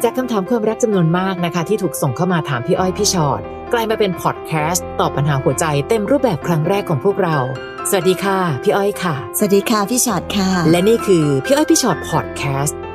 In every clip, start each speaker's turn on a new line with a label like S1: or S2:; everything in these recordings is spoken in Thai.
S1: จากคำถามความรักจำนวนมากนะคะที่ถูกส่งเข้ามาถามพี่อ้อยพี่ชอ็อตกลายมาเป็นพอดแคสต์ตอบปัญหาหัวใจเต็มรูปแบบครั้งแรกของพวกเราสวัสดีค่ะพี่อ้อยค่ะ
S2: สวัสดีค่ะพี่ชอ็อตค่ะ
S1: และนี่คือพี่อ้อยพี่ชอ็อตพอดแคสต์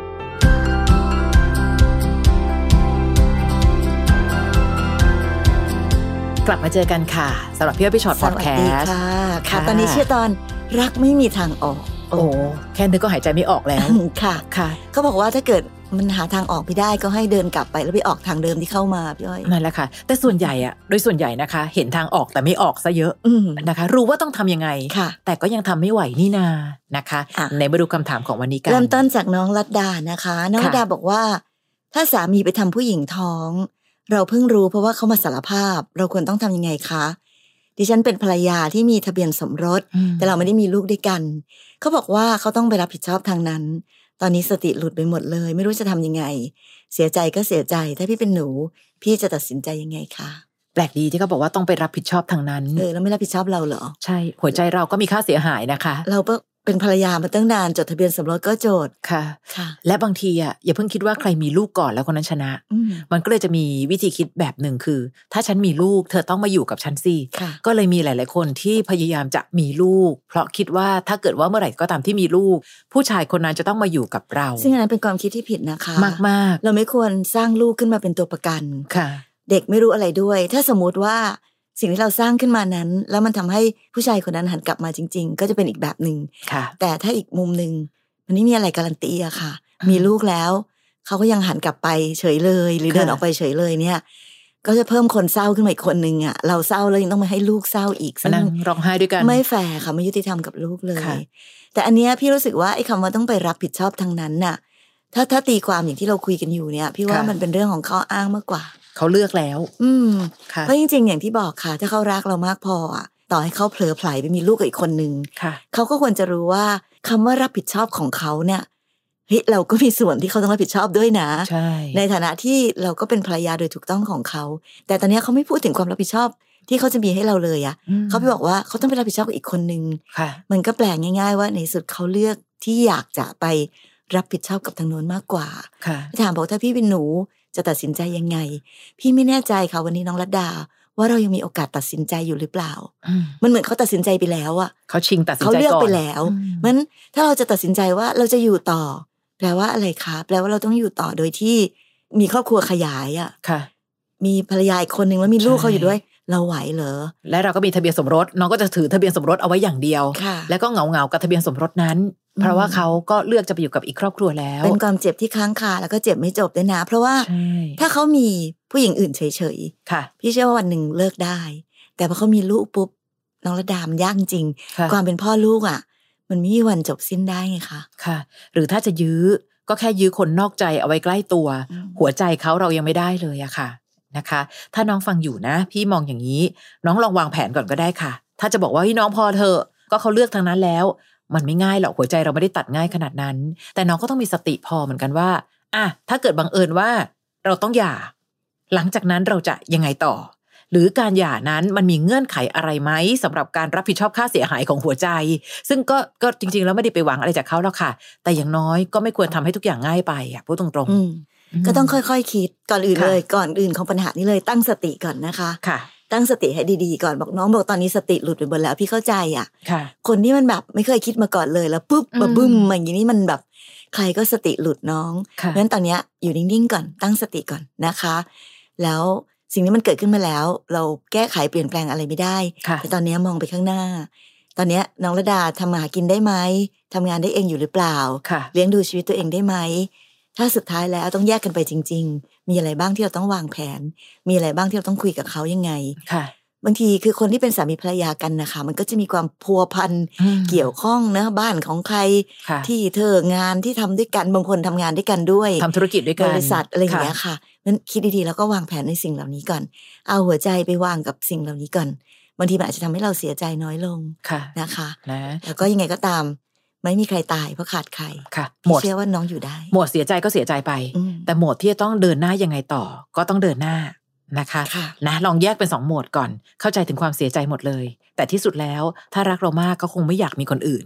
S1: กลับมาเจอกันค่ะสำหรับพี่อ้อยพี่ชอ็อตพอดแคสต์
S2: ค่ะตอนนี้ชื่อตอนรักไม่มีทางออก
S1: โอ้แค่นึกก็หายใจไม่ออกแล้ว
S2: ค่ะเขาบอกว่าถ้าเกิดมันหาทางออกไม่ได้ก็ให้เดินกลับไปแล้วไปออกทางเดิมที่เข้ามาพี่อ้อย
S1: นั่นแหละค่ะแต่ส่วนใหญ่อะโดยส่วนใหญ่นะคะเห็นทางออกแต่ไม่ออกซะเยอะนะคะรู้ว่าต้องทำยังไงแต่ก็ยังทำไม่ไหวนี่นานะคะในมาดูคำถามของวันนี้กัน
S2: เริ่มต้นจากน้องรัตดานะคะน้องรัตดาบอกว่าถ้าสามีไปทำผู้หญิงท้องเราเพิ่งรู้เพราะว่าเขามาสารภาพเราควรต้องทำยังไงคะดิฉันเป็นภรรยาที่มีทะเบียนสมรสแต่เราไม่ได้มีลูกด้วยกันเขาบอกว่าเขาต้องไปรับผิดชอบทางนั้นตอนนี้สติหลุดไปหมดเลยไม่รู้จะทำยังไงเสียใจก็เสียใจถ้าพี่เป็นหนูพี่จะตัดสินใจยังไงคะ
S1: แปลกดีที่เขาบอกว่าต้องไปรับผิดชอบทางนั้น
S2: แล้วไม่รับผิดชอบเราเหรอ
S1: ใช่หัวใจเราก็มีค่าเสียหายนะคะ
S2: เราก็เป็นภรรยามาตั้งนานจดทะเบียนสมรสก็โจทย์
S1: ค่ะและบางทีอ่ะอย่าเพิ่งคิดว่าใครมีลูกก่อนแล้วคนนั้นชนะมันก็เลยจะมีวิธีคิดแบบหนึ่งคือถ้าฉันมีลูกเธอต้องมาอยู่กับฉันสิก็เลยมีหลายๆคนที่พยายามจะมีลูกเพราะคิดว่าถ้าเกิดว่าเมื่อไหร่ก็ตามที่มีลูกผู้ชายคนนั้นจะต้องมาอยู่กับเรา
S2: ซึ่งอันนั้นเป็นความคิดที่ผิดนะคะ
S1: มาก
S2: ๆเราไม่ควรสร้างลูกขึ้นมาเป็นตัวประกัน
S1: ค่ะ
S2: เด็กไม่รู้อะไรด้วยถ้าสมมติว่าสิ่งที่เราสร้างขึ้นมานั้นแล้วมันทำให้ผู้ชายคนนั้นหันกลับมาจริงๆก็จะเป็นอีกแบบหนึ่งแต่ถ้าอีกมุมหนึ่งมันไม่มีอะไรการันตีอะค่ะมีลูกแล้วเขาก็ยังหันกลับไปเฉยเลยหรือเดินออกไปเฉยเลยเนี่ยก็จะเพิ่มคนเศร้าขึ้นมาอีกคนนึงอะเราเศร้าแล้วยังต้องมาให้ลูกเศร้าอีก
S1: ซึ่งร้องไห้ด้วยกัน
S2: ไม่แฟร์ค่ะไม่ยุติธรรมกับลูกเลยแต่อันเนี้ยพี่รู้สึกว่าไอ้คำว่าต้องไปรับผิดชอบทางนั้นน่ะถ้าตีความอย่างที่เราคุยกันอยู่เนี่ยพี่ว่ามันเป็นเรื่องของข้ออ้างมากกว่า
S1: เขาเลือกแล้ว
S2: เพราะจริงๆอย่างที่บอกค่ะถ้าเขารักเรามากพอต่อให้เขาเผลอไผลไปมีลูกกับอีกคนนึงเขาก็ควรจะรู้ว่าคำว่ารับผิดชอบของเขาเนี่ยเฮ้ยเราก็มีส่วนที่เขาต้องรับผิดชอบด้วยนะในฐานะที่เราก็เป็นภรรยาโดยถูกต้องของเขาแต่ตอนนี้เขาไม่พูดถึงความรับผิดชอบที่เขาจะมีให้เราเลยเขาไปบอกว่าเขาต้องไปรับผิดชอบกับอีกคนนึงมันก็แปลง่ายๆว่าในสุดเขาเลือกที่อยากจะไปรับผิดชอบกับทางโน้นมากกว่าถามบอกถ้าพี่เป็นหนูจะตัดสินใจยังไงพี่ไม่แน่ใจค่ะวันนี้น้องรัตดาว่าเรายังมีโอกาสตัดสินใจอยู่หรือเปล่ามันเหมือนเขาตัดสินใจไปแล้ว
S1: เขาชิงตัดสินใจก่อน
S2: เขาเลือกไปแล้วมันถ้าเราจะตัดสินใจว่าเราจะอยู่ต่อแปลว่าอะไรคะแปลว่าเราต้องอยู่ต่อโดยที่มีครอบครัวขยายมีภรรยาอีกคนนึงแล้วมีลูกเขาอยู่ด้วยเราไหวเหรอ
S1: และเราก็มีทะเบียนสมรสน้องก็จะถือทะเบียนสมรสเอาไว้อย่างเดียวแล้วก็เหงากับทะเบียนสมรสนั้นเพราะว่าเขาก็เลือกจะไปอยู่กับอีกครอบครัวแล้ว
S2: เป็นความเจ็บที่ค้างคาแล้วก็เจ็บไม่จบด้วยนะเพราะว่าถ้าเขามีผู้หญิงอื่นเฉยๆพี่เชื่อว่าวันหนึ่งเลิกได้แต่พอเขามีลูกปุ๊บน้องระดามยากจริงความเป็นพ่อลูกมันไม่มีวันจบสิ้นได้ไงคะ
S1: ค่ะหรือถ้าจะยื้อก็แค่ยื้อคนนอกใจเอาไว้ใกล้ตัวหัวใจเขาเรายังไม่ได้เลยอะค่ะนะคะถ้าน้องฟังอยู่นะพี่มองอย่างนี้น้องลองวางแผนก่อนก็ได้ค่ะถ้าจะบอกว่าพี่น้องพอเถอะก็เขาเลือกทางนั้นแล้วมันไม่ง่ายหรอกหัวใจเราไม่ได้ตัดง่ายขนาดนั้นแต่น้องก็ต้องมีสติพอเหมือนกันว่าถ้าเกิดบังเอิญว่าเราต้องหย่าหลังจากนั้นเราจะยังไงต่อหรือการหย่านั้นมันมีเงื่อนไขอะไรไหมสำหรับการรับผิดชอบค่าเสียหายของหัวใจซึ่งก็จริงๆแล้วไม่ได้ไปหวังอะไรจากเขาแล้วค่ะแต่อย่างน้อยก็ไม่ควรทำให้ทุกอย่างง่ายไปพูดตรง
S2: ๆก็ต้องค่อยๆคิดก่อนอื่นเลยก่อนอื่นของปัญหานี้เลยตั้งสติก่อนนะคะตั้งสติให้ดีๆก่อนบอกน้องบอกตอนนี้สติหลุดไปหมดแล้วพี่เข้าใจคนที่มันแบบไม่เคยคิดมาก่อนเลยแล้วปุ๊บมาบึ้มอย่างนี้มันแบบใครก็สติหลุดน้องเพราะฉะนั้นตอนนี้อยู่นิ่งๆก่อนตั้งสติก่อนนะคะแล้วสิ่งนี้มันเกิดขึ้นมาแล้วเราแก้ไขเปลี่ยนแปลงอะไรไม่ได้แต่ตอนนี้มองไปข้างหน้าตอนนี้น้องระดาทำมาหากินได้ไหมทำงานได้เองอยู่หรือเปล่าเลี้ยงดูชีวิตตัวเองได้ไหมถ้าสุดท้ายแล้วต้องแยกกันไปจริงๆมีอะไรบ้างที่เราต้องวางแผนมีอะไรบ้างที่เราต้องคุยกับเขายังไงบางทีคือคนที่เป็นสามีภรรยากันนะคะมันก็จะมีความพัวพันเกี่ยวข้องนะบ้านของใครที่เธองานที่ทำด้วยกันบางคนทำงานด้วยกันด้วย
S1: ทำธุรกิจด้วยกัน
S2: บริษัทอะไรอย่างเงี้ยค่ะนั้นคิดดีๆแล้วก็วางแผนในสิ่งเหล่านี้ก่อนเอาหัวใจไปวางกับสิ่งเหล่านี้ก่อนบางทีมันอาจจะทำให้เราเสียใจน้อยลงนะคะแล้วก็ยังไงก็ตามไม่มีใครตายเพราะขาดใครพี่เชื่อว่าน้องอยู่ได้
S1: หมดเสียใจก็เสียใจไปแต่โหมดที่จะต้องเดินหน้ายังไงต่อก็ต้องเดินหน้านะคะนะลองแยกเป็น2โหมดก่อนเข้าใจถึงความเสียใจหมดเลยแต่ที่สุดแล้วถ้ารักเรามากก็คงไม่อยากมีคนอื่น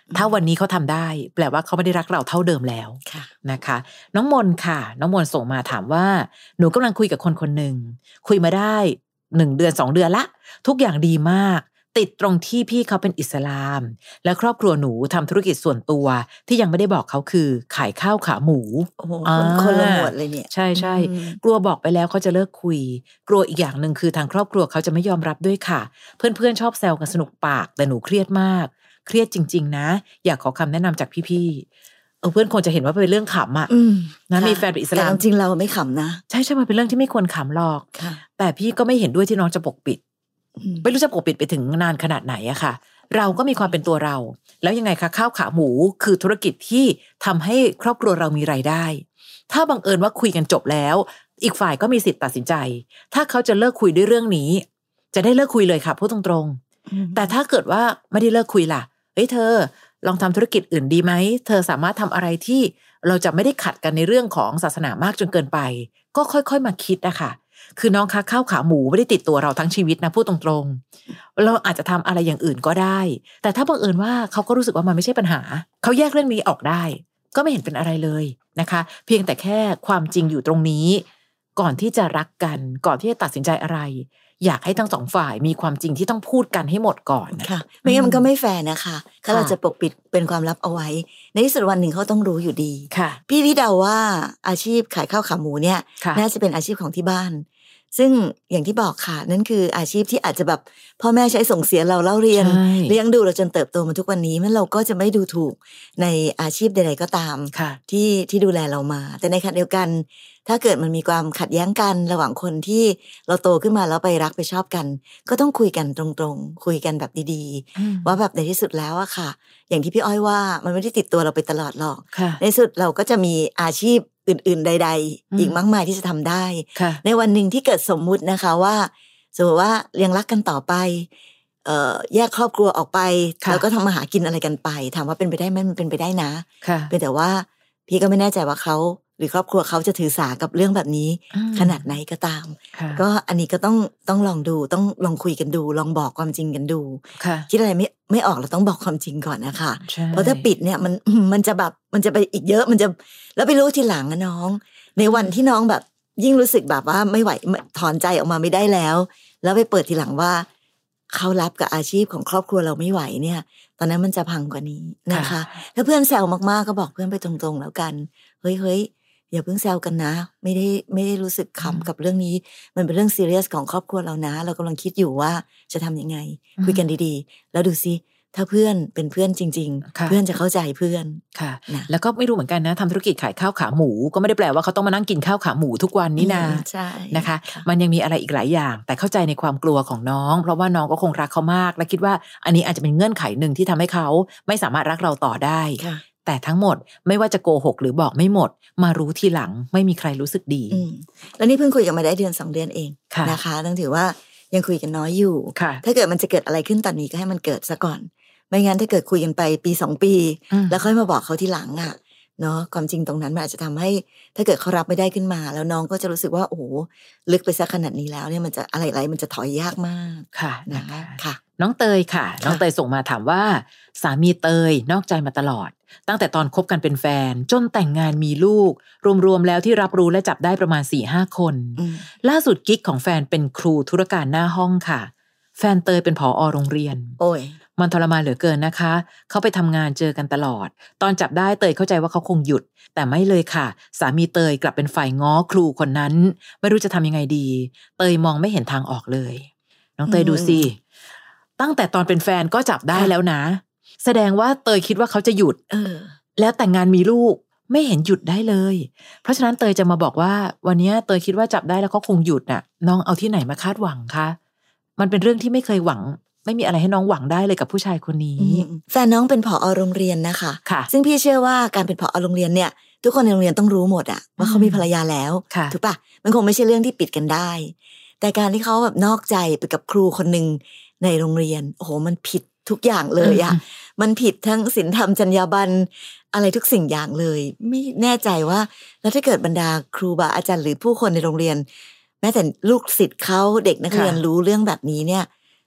S1: ถ้าวันนี้เขาทำได้แปลว่าเขาไม่ได้รักเราเท่าเดิมแล้วนะคะน้องมนค่ะน้องมนส่งมาถามว่าหนูกำลังคุยกับคนคนหนึ่งคุยมาได้1 เดือน 2 เดือนละทุกอย่างดีมากติดตรงที่พี่เขาเป็นอิสลามและครอบครัวหนูทำธุรกิจส่วนตัวที่ยังไม่ได้บอกเขาคือขายข้าวขาหมู
S2: คนละหมวดเลยเนี่ย
S1: ใช่ใช่กลัวบอกไปแล้วเขาจะเลิกคุยกลัวอีกอย่างหนึ่งคือทางครอบครัวเขาจะไม่ยอมรับด้วยค่ะเพื่อนๆชอบแซวกันสนุกปากแต่หนูเครียดมากเครียดจริงๆนะอยากขอคำแนะนำจากพี่ๆเพื่อนคงจะเห็นว่าเป็นเรื่องขำอ่ะนะมีแฟนเป็นอิสลาม
S2: แต่จริงเราไม่ขำนะ
S1: ใช่ใช่มันเป็นเรื่องที่ไม่ควรขำหรอกแต่พี่ก็ไม่เห็นด้วยที่น้องจะปกปิดไม่รู้จะปกปิดไปถึงนานขนาดไหนอะค่ะเราก็มีความเป็นตัวเราแล้วยังไงคะข้าวขาหมูคือธุรกิจที่ทำให้ครอบครัวเรามีรายได้ถ้าบังเอิญว่าคุยกันจบแล้วอีกฝ่ายก็มีสิทธิ์ตัดสินใจถ้าเขาจะเลิกคุยด้วยเรื่องนี้จะได้เลิกคุยเลยค่ะพูดตรงๆแต่ถ้าเกิดว่าไม่ได้เลิกคุยล่ะเธอลองทำธุรกิจอื่นดีไหมเธอสามารถทำอะไรที่เราจะไม่ได้ขัดกันในเรื่องของศาสนามากจนเกินไปก็ค่อยๆมาคิดนะคะคือน้องคะข้าวขาหมูไม่ได้ติดตัวเราทั้งชีวิตนะพูดตรงๆเราอาจจะทำอะไรอย่างอื่นก็ได้แต่ถ้าบังเอิญว่าเขาก็รู้สึกว่ามันไม่ใช่ปัญหาเขาแยกเรื่องนี้ออกได้ก็ไม่เห็นเป็นอะไรเลยนะคะเพียงแต่แค่ความจริงอยู่ตรงนี้ก่อนที่จะรักกันก่อนที่จะตัดสินใจอะไรอยากให้ทั้งสองฝ่ายมีความจริงที่ต้องพูดกันให้หมดก่อน
S2: ค่ะไม่งั้นมันก็ไม่แฟร์นะคะถ้าเราจะปกปิดเป็นความลับเอาไว้ในที่สุดวันหนึ่งเขาต้องรู้อยู่ดีพี่เดาว่าอาชีพขายข้าวขาหมูเนี่ยน่าจะเป็นอาชีพของที่บ้านซึ่งอย่างที่บอกค่ะนั่นคืออาชีพที่อาจจะแบบพ่อแม่ใช้ส่งเสียเราเล่าเรียนเลี้ยงดูเราจนเติบโตมาทุกวันนี้มันเราก็จะไม่ดูถูกในอาชีพใดๆก็ตามที่ดูแลเรามาแต่ในขณะเดียวกันถ้าเกิดมันมีความขัดแย้งกันระหว่างคนที่เราโตขึ้นมาแล้วไปรักไปชอบกันก็ต้องคุยกันตรงๆคุยกันแบบดีๆว่าแบบในที่สุดแล้วอะค่ะอย่างที่พี่อ้อยว่ามันไม่ได้ติดตัวเราไปตลอดหรอกในสุดเราก็จะมีอาชีพอื่นๆใดๆอีกมากมายที่จะทำได้ในวันหนึ่งที่เกิดสมมุตินะคะว่าสมมติว่ายังรักกันต่อไปแยกครอบครัวออกไปแล้วก็ทำมาหากินอะไรกันไปถามว่าเป็นไปได้ไหมมันเป็นไปได้นะเป็นแต่ว่าพี่ก็ไม่แน่ใจว่าเขาหรือครอบครัวเขาจะถือสากับเรื่องแบบนี้ขนาดไหนก็ตามก็อันนี้ก็ต้องลองดูต้องลองคุยกันดูลองบอกความจริงกันดูคิดอะไรไม่ออกเราต้องบอกความจริงก่อนนะคะเพราะถ้าปิดเนี่ยมันจะแบบมันจะไปอีกเยอะมันจะแล้วไปรู้ทีหลังนะน้องในวันที่น้องแบบยิ่งรู้สึกแบบว่าไม่ไหวถอนใจออกมาไม่ได้แล้วไปเปิดทีหลังว่าเขารับกับอาชีพของครอบครัวเราไม่ไหวเนี่ยตอนนั้นมันจะพังกว่านี้นะคะถ้าเพื่อนแซวมากๆก็บอกเพื่อนไปตรงๆแล้วกันเฮ้ยอย่าเพิ่งแซวกันนะไม่ได้รู้สึกขำกับเรื่องนี้มันเป็นเรื่องซีเรียสของครอบครัวเรานะเรากำลังคิดอยู่ว่าจะทำยังไงคุยกันดีๆแล้วดูซิถ้าเพื่อนเป็นเพื่อนจริงๆเพื่อนจะเข้าใจเพื่อน
S1: ค่ะแล้วก็ไม่รู้เหมือนกันนะทำธุรกิจขายข้าวขาหมูก็ไม่ได้แปลว่าเขาต้องมานั่งกินข้าวขาหมูทุกวันนี่นะนะคะมันยังมีอะไรอีกหลายอย่างแต่เข้าใจในความกลัวของน้องเพราะว่าน้องก็คงรักเขามากและคิดว่าอันนี้อาจจะเป็นเงื่อนไขหนึ่งที่ทำให้เขาไม่สามารถรักเราต่อได้แต่ทั้งหมดไม่ว่าจะโกหกหรือบอกไม่หมดมารู้ทีหลังไม่มีใครรู้สึกดี
S2: แล้วนี่เพิ่งคุยกันมาได้เดือน2 เดือนเองนะคะต้องถือว่ายังคุยกันน้อยอยู่ถ้าเกิดมันจะเกิดอะไรขึ้นตอนนี้ก็ให้มันเกิดซะก่อนไม่งั้นถ้าเกิดคุยกันไปปี2 ปีแล้วค่อยมาบอกเขาทีหลังอ่ะเนาะความจริงตรงนั้นมันอาจจะทำให้ถ้าเกิดเขารับไม่ได้ขึ้นมาแล้วน้องก็จะรู้สึกว่าโอ้โหลึกไปซะขนาดนี้แล้วเนี่ยมันจะอะไรมันจะถอยยากมาก
S1: ค่ะนะคะค่ะน้องเตยค่ะน้องเตยส่งมาถามว่าสามีเตยนอกใจมาตลอดตั้งแต่ตอนคบกันเป็นแฟนจนแต่งงานมีลูกรวมๆแล้วที่รับรู้และจับได้ประมาณ 4-5 คนล่าสุดกิ๊กของแฟนเป็นครูธุรการหน้าห้องค่ะแฟนเตยเป็นผอ.โรงเรียน
S2: โอ้ย
S1: มันทรมานเหลือเกินนะคะเขาไปทำงานเจอกันตลอดตอนจับได้เตยเข้าใจว่าเขาคงหยุดแต่ไม่เลยค่ะสามีเตยกลับเป็นฝ่ายง้อครูคนนั้นไม่รู้จะทำยังไงดีเตยมองไม่เห็นทางออกเลยน้องเตยดูสิตั้งแต่ตอนเป็นแฟนก็จับได้แล้วนะแสดงว่าเตยคิดว่าเขาจะหยุดแล้วแต่งงานมีลูกไม่เห็นหยุดได้เลยเพราะฉะนั้นเตยจะมาบอกว่าวันนี้เตยคิดว่าจับได้แล้วเขาคงหยุดน่ะน้องเอาที่ไหนมาคาดหวังคะมันเป็นเรื่องที่ไม่เคยหวังไม่มีอะไรให้น้องหวังได้เลยกับผู้ชายคนนี้
S2: แฟนน้องเป็นผอ.โรงเรียนนะคะซึ่งพี่เชื่อว่าการเป็นผอ.โรงเรียนเนี่ยทุกคนในโรงเรียนต้องรู้หมดอะว่าเขามีภรรยาแล้วถูกปะมันคงไม่ใช่เรื่องที่ปิดกันได้แต่การที่เขาแบบนอกใจไปกับครูคนนึงในโรงเรียนโอ้โหมันผิดทุกอย่างเลยอะมันผิดทั้งศีลธรรมจรรยาบรรณอะไรทุกสิ่งอย่างเลยไม่แน่ใจว่าแล้วถ้าเกิดบรรดาครูบาอาจารย์หรือผู้คนในโรงเรียนแม้แต่ลูกศิษย์เขาเด็กนักเรียนรู้เรื่องแบบนี้เนี่ย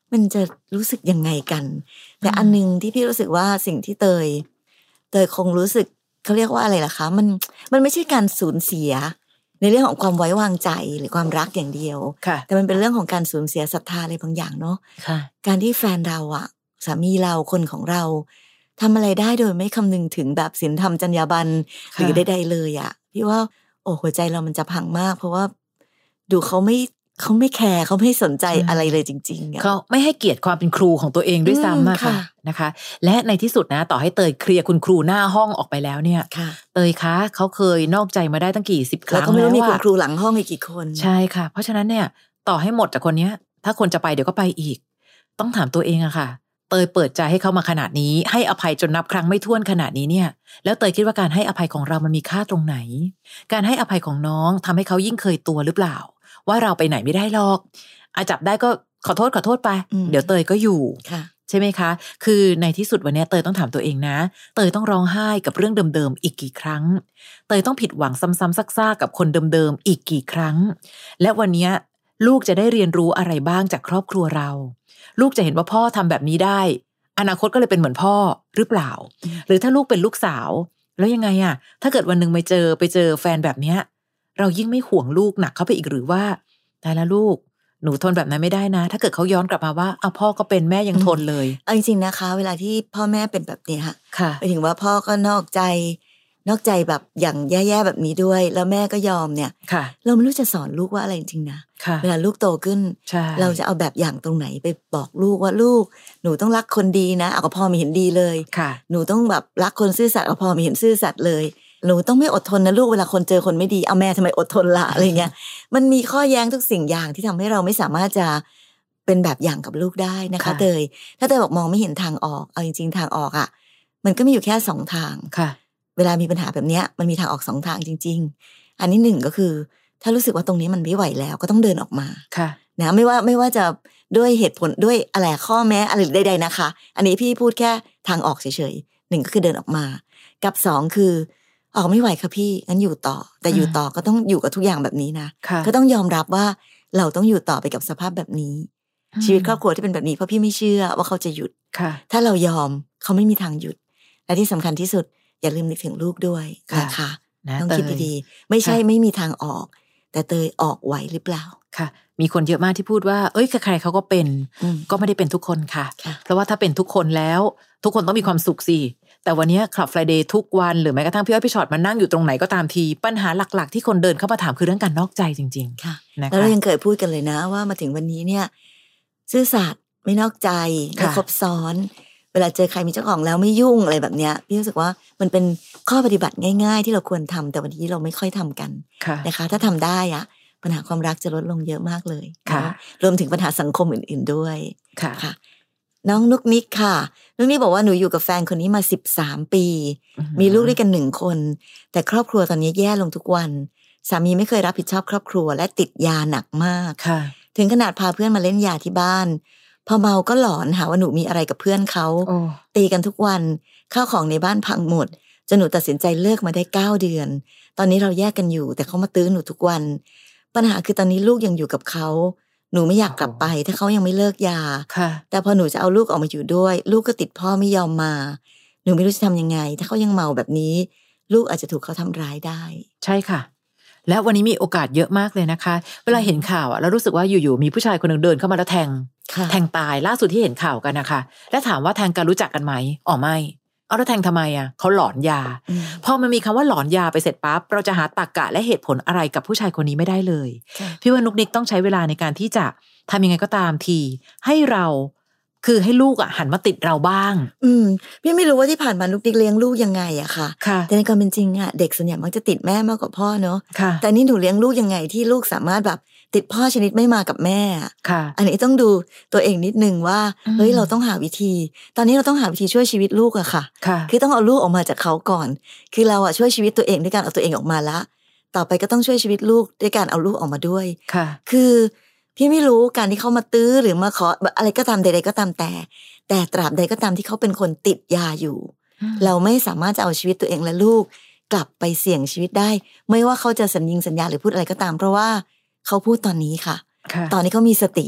S2: มันจะรู้สึกยังไงกันแต่อันนึงที่พี่รู้สึกว่าสิ่งที่เตยคงรู้สึกเขาเรียกว่าอะไรล่ะคะมันไม่ใช่การสูญเสียในเรื่องของความไว้วางใจหรือความรักอย่างเดียวแต่มันเป็นเรื่องของการสูญเสียศรัทธาอะไรบางอย่างเนาะการที่แฟนเราอะสามีเราคนของเราทำอะไรได้โดยไม่คำนึงถึงแบบศีลธรรมจรรยาบรรณหรือใดๆเลยอะพี่ว่าโอ้หัวใจเรามันจะพังมากเพราะว่าดูเขาไม่แคร์เขาไม่สนใจอะไรเลยจริงๆ
S1: เขาไม่ให้เกียรติความเป็นครูของตัวเองด้วยซ้ำค่ะนะคะและในที่สุดนะต่อให้เตยเคลียร์คุณครูหน้าห้องออกไปแล้วเนี่ยเตยคะเขาเคยนอกใจมาได้ตั้งกี่10 ครั้งแล้ว
S2: ก็ไม่รู้มีคุณครูหลังห้องอีกกี่คน
S1: ใช่ค่ะเพราะฉะนั้นเนี่ยต่อให้หมดจากคนนี้ถ้าคนจะไปเดี๋ยวก็ไปอีกต้องถามตัวเองอะค่ะเตยเปิดใจให้เขามาขนาดนี้ให้อภัยจนนับครั้งไม่ถ้วนขนาดนี้เนี่ยแล้วเตยคิดว่าการให้อภัยของเรามันมีค่าตรงไหนการให้อภัยของน้องทำให้เขายิ่งเคยตัวหรือเปล่าว่าเราไปไหนไม่ได้หรอกจับได้ก็ขอโทษไปเดี๋ยวเตยก็อยู่ใช่ไหมคะคือในที่สุดวันนี้เตยต้องถามตัวเองนะเตยต้องร้องไห้กับเรื่องเดิมๆอีกกี่ครั้งเตยต้องผิดหวังซ้ำๆซากๆกับคนเดิมๆอีกกี่ครั้งและวันนี้ลูกจะได้เรียนรู้อะไรบ้างจากครอบครัวเราลูกจะเห็นว่าพ่อทำแบบนี้ได้อนาคตก็เลยเป็นเหมือนพ่อหรือเปล่าหรือถ้าลูกเป็นลูกสาวแล้วยังไงอะถ้าเกิดวันนึงไปเจอแฟนแบบเนี้ยเรายิ่งไม่ห่วงลูกหนักเข้าไปอีกหรือว่าตายแล้วลูกหนูทนแบบนั้นไม่ได้นะถ้าเกิดเขาย้อนกลับมาว่าเอาพ่อก็เป็นแม่ยังทนเลย
S2: เอาจริงๆนะคะเวลาที่พ่อแม่เป็นแบบนี้ค่ะไปถึงว่าพ่อก็นอกใจแบบอย่างแย่ๆแบบนี้ด้วยแล้วแม่ก็ยอมเนี่ยเราไม่รู้จะสอนลูกว่าอะไรจริงๆนะเวลาลูกโตขึ้นเราจะเอาแบบอย่างตรงไหนไปบอกลูกว่าลูกหนูต้องรักคนดีนะเอาก็พ่อไม่เห็นดีเลยหนูต้องแบบรักคนซื่อสัตย์เอาพ่อไม่เห็นซื่อสัตย์เลยหนูต้องไม่อดทนนะลูกเวลาคนเจอคนไม่ดีเอาแม่ทำไมอดทนละอะไรเงี้ยมันมีข้อแย้งทุกสิ่งอย่างที่ทำให้เราไม่สามารถจะเป็นแบบอย่างกับลูกได้นะคะเตยถ้าเตยบอกมองไม่เห็นทางออกเอาจริงๆทางออกอ่ะมันก็มีอยู่แค่2 ทางเวลามีปัญหาแบบเนี้ยมันมีทางออก2 ทางจริงๆอันนี้1ก็คือถ้ารู้สึกว่าตรงนี้มันไม่ไหวแล้วก็ต้องเดินออกมานะไม่ว่าจะด้วยเหตุผลด้วยอะไรข้อแม้อะไรใดๆนะคะอันนี้พี่พูดแค่ทางออกเฉยๆ1ก็คือเดินออกมากับ2คือออกไม่ไหวค่ะพี่งั้นอยู่ต่อแต่อยู่ต่อก็ต้องอยู่กับทุกอย่างแบบนี้นะก็ต้องยอมรับว่าเราต้องอยู่ต่อไปกับสภาพแบบนี้ชีวิตครอบครัวที่เป็นแบบนี้เพราะพี่ไม่เชื่อว่าเขาจะหยุดถ้าเรายอมเขาไม่มีทางหยุดและที่สำคัญที่สุดอย่าลืมนึกถึงลูกด้วยนะคะต้องคิดดีๆไม่ใช่ไม่มีทางออกแต่เตยออกไหวหรือเปล่า
S1: ค่ะมีคนเยอะมากที่พูดว่าเอ้ยใครๆเขาก็เป็นก็ไม่ได้เป็นทุกคนค่ะเพราะว่าถ้าเป็นทุกคนแล้วทุกคนต้องมีความสุขสิแต่วันนี้Club Fridayทุกวันหรือแม้กระทั่งพี่อ้อยพี่ชอตมานั่งอยู่ตรงไหนก็ตามทีปัญหาหลักๆที่คนเดินเข้ามาถามคือเรื่องการนอกใจจริง
S2: ๆค่ะแล้วเรายังเคยพูดกันเลยนะว่ามาถึงวันนี้เนี่ยซื่อสัตย์ไม่นอกใจไม่ครบซ้อนเวลาเจอใครมีเจ้าของแล้วไม่ยุ่งอะไรแบบเนี้ยพี่รู้สึกว่ามันเป็นข้อปฏิบัติง่ายๆที่เราควรทำแต่วันนี้เราไม่ค่อยทำกันนะคะถ้าทำได้อะปัญหาความรักจะลดลงเยอะมากเลยรวมถึงปัญหาสังคมอื่นๆด้วยค่ะน้องนุกนิกค่ะนุกนิกบอกว่าหนูอยู่กับแฟนคนนี้มา13 ปีมีลูกด้วยกัน1 คนแต่ครอบครัวตอนนี้แย่ลงทุกวันสามีไม่เคยรับผิดชอบครอบครัวและติดยาหนักมากถึงขนาดพาเพื่อนมาเล่นยาที่บ้านพอเมาก็หลอนหาว่าหนูมีอะไรกับเพื่อนเขาตีกันทุกวันข้าวของในบ้านพังหมดจนหนูตัดสินใจเลิกมาได้9 เดือนตอนนี้เราแยกกันอยู่แต่เขามาตื้อหนูทุกวันปัญหาคือตอนนี้ลูกยังอยู่กับเขาหนูไม่อยากกลับไปถ้าเขายังไม่เลิกยาแต่พอหนูจะเอาลูกออกมาอยู่ด้วยลูกก็ติดพ่อไม่ยอมมาหนูไม่รู้จะทำยังไงถ้าเขายังเมาแบบนี้ลูกอาจจะถูกเขาทำร้ายได้
S1: ใช่ค่ะและวันนี้มีโอกาสเยอะมากเลยนะคะเวลาเห็นข่าวอ่ะแล้วรู้สึกว่าอยู่ๆมีผู้ชายคนนึงเดินเข้ามาแล้วแทงตายล่าสุดที่เห็นข่าวกันนะคะและถามว่าแทงกันรู้จักกันไหมอ๋อไม่เอาแล้วแทงทำไมอ่ะเขาหลอนยาพอมันมีคำว่าหลอนยาไปเสร็จปั๊บเราจะหาตรรกะและเหตุผลอะไรกับผู้ชายคนนี้ไม่ได้เลยพี่ว่านุกนิกต้องใช้เวลาในการที่จะทำยังไงก็ตามทีให้เราคือให้ลูกอ่ะหันมาติดเราบ้าง
S2: พี่ไม่รู้ว่าที่ผ่านมานุกนิกเลี้ยงลูกยังไงอะค่ะแต่ในความเป็นจริงอะเด็กส่วนใหญ่มักจะติดแม่มากกว่าพ่อเนาะแต่นี่หนูเลี้ยงลูกยังไงที่ลูกสามารถแบบติดพ่อชนิดไม่มากับแม่อันนี้ต้องดูตัวเองนิดนึงว่าเฮ้ยเราต้องหาวิธีตอนนี้เราต้องหาวิธีช่วยชีวิตลูกอะค่ะคือต้องเอาลูกออกมาจากเขาก่อนคือเราอะช่วยชีวิตตัวเองด้วยการเอาตัวเองออกมาละต่อไปก็ต้องช่วยชีวิตลูกด้วยการเอาลูกออกมาด้วยคือพี่ไม่รู้การที่เขามาตื้อหรือมาขออะไรก็ตามใดๆก็ตามแต่ตราบใดก็ตามที่เขาเป็นคนติดยาอยู่เราไม่สามารถจะเอาชีวิตตัวเองและลูกกลับไปเสี่ยงชีวิตได้ไม่ว่าเขาจะสัญญาหรือพูดอะไรก็ตามเพราะว่าเขาพูดตอนนี้ค่ะตอนนี้เขามีสติ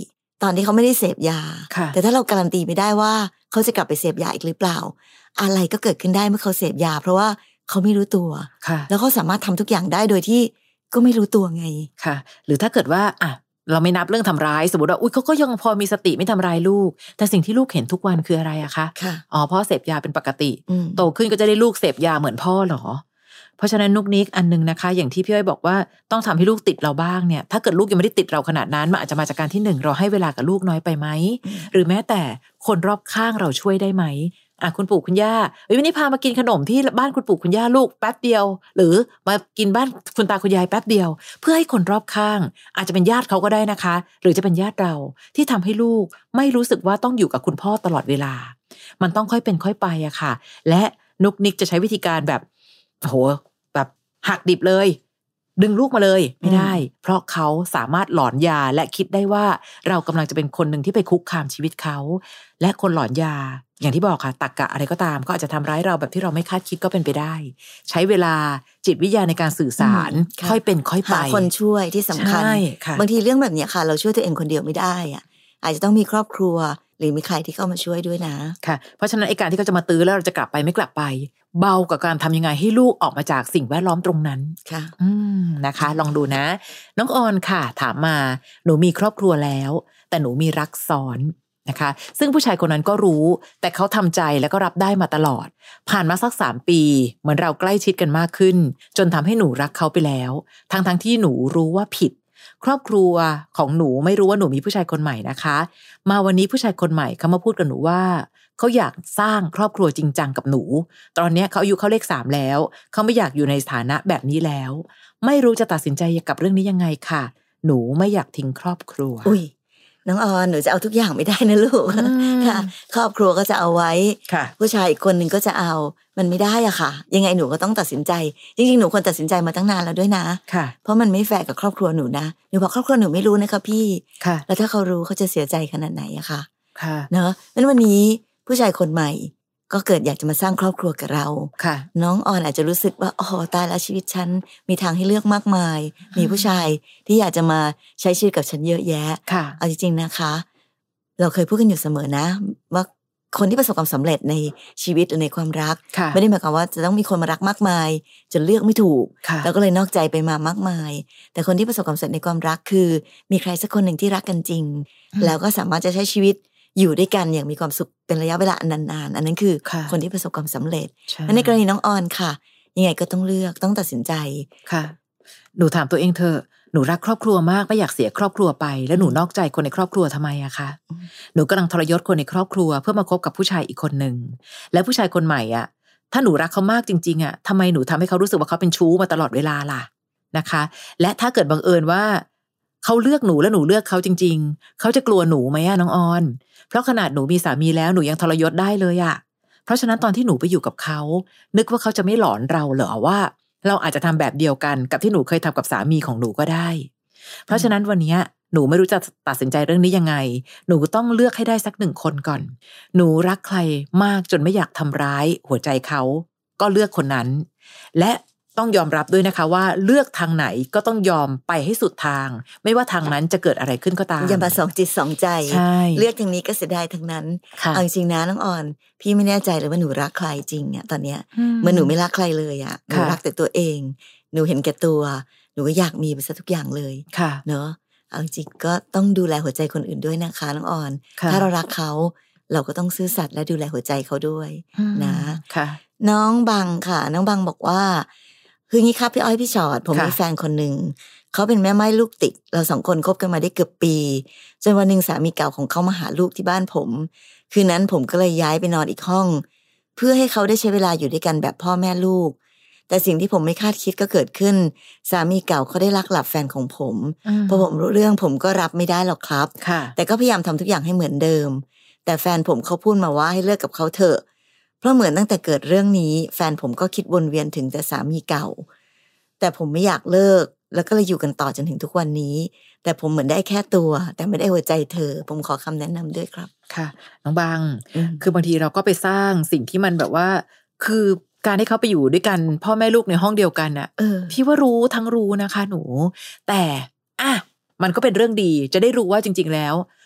S2: ตอนที่เขาไม่ได้เสพยาแต่ถ้าเราการันตีไม่ได้ว่าเขาจะกลับไปเสพยาอีกหรือเปล่าอะไรก็เกิดขึ้นได้เมื่อเขาเสพยาเพราะว่าเขาไม่รู้ตัวแล้วเขาสามารถทำทุกอย่างได้โดยที่ก็ไม่รู้ตัวไง
S1: ค่ะหรือถ้าเกิดว่าเราไม่นับเรื่องทำร้ายสมมติว่าอุ๊ยเขาก็ยังพอมีสติไม่ทำร้ายลูกแต่สิ่งที่ลูกเห็นทุกวันคืออะไรอะคะพ่อเสพยาเป็นปกติโตขึ้นก็จะได้ลูกเสพยาเหมือนพ่อหรอเพราะฉะนั้นนุกนิกอันนึงนะคะอย่างที่พี่อ้อยบอกว่าต้องทำให้ลูกติดเราบ้างเนี่ยถ้าเกิดลูกยังไม่ได้ติดเราขนาดนั้นมันอาจจะมาจากการที่1เราให้เวลากับลูกน้อยไปไหมหรือแม้แต่คนรอบข้างเราช่วยได้ไหมคุณปู่คุณย่าวันนี้พามากินขนมที่บ้านคุณปู่คุณย่าลูกแป๊บเดียวหรือมากินบ้านคุณตาคุณยายแป๊บเดียวเพื่อให้คนรอบข้างอาจจะเป็นญาติเขาก็ได้นะคะหรือจะเป็นญาติเราที่ทำให้ลูกไม่รู้สึกว่าต้องอยู่กับคุณพ่อตลอดเวลามันต้องค่อยเป็นค่อยไปอะค่ะและนุกนิกจะใช้วิธีการแบบโหแบบหักดิบเลยดึงลูกมาเลยไม่ได้เพราะเขาสามารถหลอนยาและคิดได้ว่าเรากำลังจะเป็นคนหนึ่งที่ไปคุกคามชีวิตเขาและคนหลอนยาอย่างที่บอกค่ะตรรกะอะไรก็ตามก็อาจจะทำร้ายเราแบบที่เราไม่คาดคิดก็เป็นไปได้ใช้เวลาจิตวิทยาในการสื่อสารค่อยเป็นค่อยไป
S2: หาคนช่วยที่สำคัญบางทีเรื่องแบบนี้ค่ะเราช่วยตัวเองคนเดียวไม่ได้อะอาจจะต้องมีครอบครัวหรือมีใครที่เข้ามาช่วยด้วยนะ
S1: ค่ะเพราะฉะนั้นไอ้การที่เขาจะมาตื้อแล้วเราจะกลับไปไม่กลับไปเบากับการทำยังไงให้ลูกออกมาจากสิ่งแวดล้อมตรงนั้น
S2: ค่ะ
S1: นะคะลองดูนะน้องออนค่ะถามมาหนูมีครอบครัวแล้วแต่หนูมีรักซ้อนนะคะซึ่งผู้ชายคนนั้นก็รู้แต่เขาทำใจแล้วก็รับได้มาตลอดผ่านมาสัก3 ปีเหมือนเราใกล้ชิดกันมากขึ้นจนทำให้หนูรักเขาไปแล้วทั้งที่หนูรู้ว่าผิดครอบครัวของหนูไม่รู้ว่าหนูมีผู้ชายคนใหม่นะคะมาวันนี้ผู้ชายคนใหม่เขามาพูดกับหนูว่าเขาอยากสร้างครอบครัวจริงจังกับหนูตอนนี้เขาอายุเข้าเลข3แล้วเขาไม่อยากอยู่ในสถานะแบบนี้แล้วไม่รู้จะตัดสินใจกับเรื่องนี้ยังไงค่ะหนูไม่อยากทิ้งครอบครัว
S2: อุ้ยน้องออนหนูจะเอาทุกอย่างไม่ได้นะลูกค่ะครอบครัวก็จะเอาไว้ผู้ชายอีกคนนึงก็จะเอามันไม่ได้อะค่ะยังไงหนูก็ต้องตัดสินใจจริงๆหนูควรตัดสินใจมาตั้งนานแล้วด้วยนะเพราะมันไม่แฟร์กับครอบครัวหนูนะหนูบอกครอบครัวหนูไม่รู้นะคะพี่แล้วถ้าเขารู้เขาจะเสียใจขนาดไหนอะค่ะเนอะงั้นวันนี้ผู้ชายคนใหม่ก็เกิดอยากจะมาสร้างครอบครัวกับเราน้องออนอาจจะรู้สึกว่าอ๋อตายแล้วชีวิตฉันมีทางให้เลือกมากมายมีผู้ชายที่อยากจะมาใช้ชีวิตกับฉันเยอะแยะเอาจริงๆนะคะเราเคยพูดกันอยู่เสมอนะว่าคนที่ประสบความสำเร็จในชีวิตหรือในความรักไม่ได้หมายความว่าจะต้องมีคนมารักมากมายจนเลือกไม่ถูกแล้วก็เลยนอกใจไปมามากมายแต่คนที่ประสบความสำเร็จในความรักคือมีใครสักคนหนึ่งที่รักกันจริงแล้วก็สามารถจะใช้ชีวิตอยู่ด้วยกันอย่างมีความสุขเป็นระยะเวลานานๆอันนั้นคือคนที่ประสบความสำเร็จในกรณีน้องออนค่ะยังไงก็ต้องเลือกต้องตัดสินใจ
S1: ค่ะหนูถามตัวเองเถอะหนูรักครอบครัวมากไม่อยากเสียครอบครัวไปแล้วหนูนอกใจคนในครอบครัวทำไมอะคะหนูกำลังทรยศคนในครอบครัวเพื่อมาคบกับผู้ชายอีกคนนึงและผู้ชายคนใหม่อะถ้าหนูรักเขามากจริงๆอะทำไมหนูทำให้เขารู้สึกว่าเขาเป็นชู้มาตลอดเวลาล่ะนะคะและถ้าเกิดบังเอิญว่าเขาเลือกหนูและหนูเลือกเขาจริงๆเขาจะกลัวหนูไหมอะน้องออนเพราะขนาดหนูมีสามีแล้วหนูยังทรยศได้เลยอะเพราะฉะนั้นตอนที่หนูไปอยู่กับเขานึกว่าเขาจะไม่หลอนเราเหรอว่าเราอาจจะทำแบบเดียวกันกับที่หนูเคยทำกับสามีของหนูก็ได้เพราะฉะนั้นวันนี้หนูไม่รู้จะตัดสินใจเรื่องนี้ยังไงหนูต้องเลือกให้ได้สัก1 คนก่อนหนูรักใครมากจนไม่อยากทำร้ายหัวใจเขาก็เลือกคนนั้นและต้องยอมรับด้วยนะคะว่าเลือกทางไหนก็ต้องยอมไปให้สุดทางไม่ว่าทางนั้นจะเกิดอะไรขึ้นก็ตาม
S2: อย่ามาสองจิตสองใจเลือกทางนี้ก็เสียดายทางนั้นเอาจริงนะน้องออนพี่ไม่แน่ใจเลยว่าหนูรักใครจริงเนี่ยตอนเนี้ยเมื่อหนูไม่รักใครเลยอ่ะหนูรักแต่ตัวเองหนูเห็นแก่ตัวหนูก็อยากมีไปซะทุกอย่างเลยเนอะเอาจริงก็ต้องดูแลหัวใจคนอื่นด้วยนะคะน้องออนถ้าเรารักเขาเราก็ต้องซื่อสัตย์และดูแลหัวใจเขาด้วยนะน้องบังค่ะน้องบังบอกว่าคืองี้ครับพี่อ้อยพี่ชอดผมมีแฟนคนหนึ่งเขาเป็นแม่ไม้ลูกติดเรา2 คนคบกันมาได้เกือบปีจนวันหนึ่งสามีเก่าของเขามาหาลูกที่บ้านผมคืนนั้นผมก็เลยย้ายไปนอนอีกห้องเพื่อให้เขาได้ใช้เวลาอยู่ด้วยกันแบบพ่อแม่ลูกแต่สิ่งที่ผมไม่คาดคิดก็เกิดขึ้นสามีเก่าเขาได้ลักหลับแฟนของผมพอผมรู้เรื่องผมก็รับไม่ได้หรอกครับแต่ก็พยายามทำทุกอย่างให้เหมือนเดิมแต่แฟนผมเขาพูดมาว่าให้เลิกกับเขาเถอะเพราะเหมือนตั้งแต่เกิดเรื่องนี้แฟนผมก็คิดวนเวียนถึงแต่สามีเก่าแต่ผมไม่อยากเลิกแล้วก็เลยอยู่กันต่อจนถึงทุกวันนี้แต่ผมเหมือนได้แค่ตัวแต่ไม่ได้หัวใจเธอผมขอคำแนะนำด้วยครับ
S1: ค่ะน้องบางคือบางทีเราก็ไปสร้างสิ่งที่มันแบบว่าคือการให้เขาไปอยู่ด้วยกันพ่อแม่ลูกในห้องเดียวกันน่ะพี่ว่ารู้ทั้งรู้นะคะหนูแต่มันก็เป็นเรื่องดีจะได้รู้ว่าจริงๆแล้ว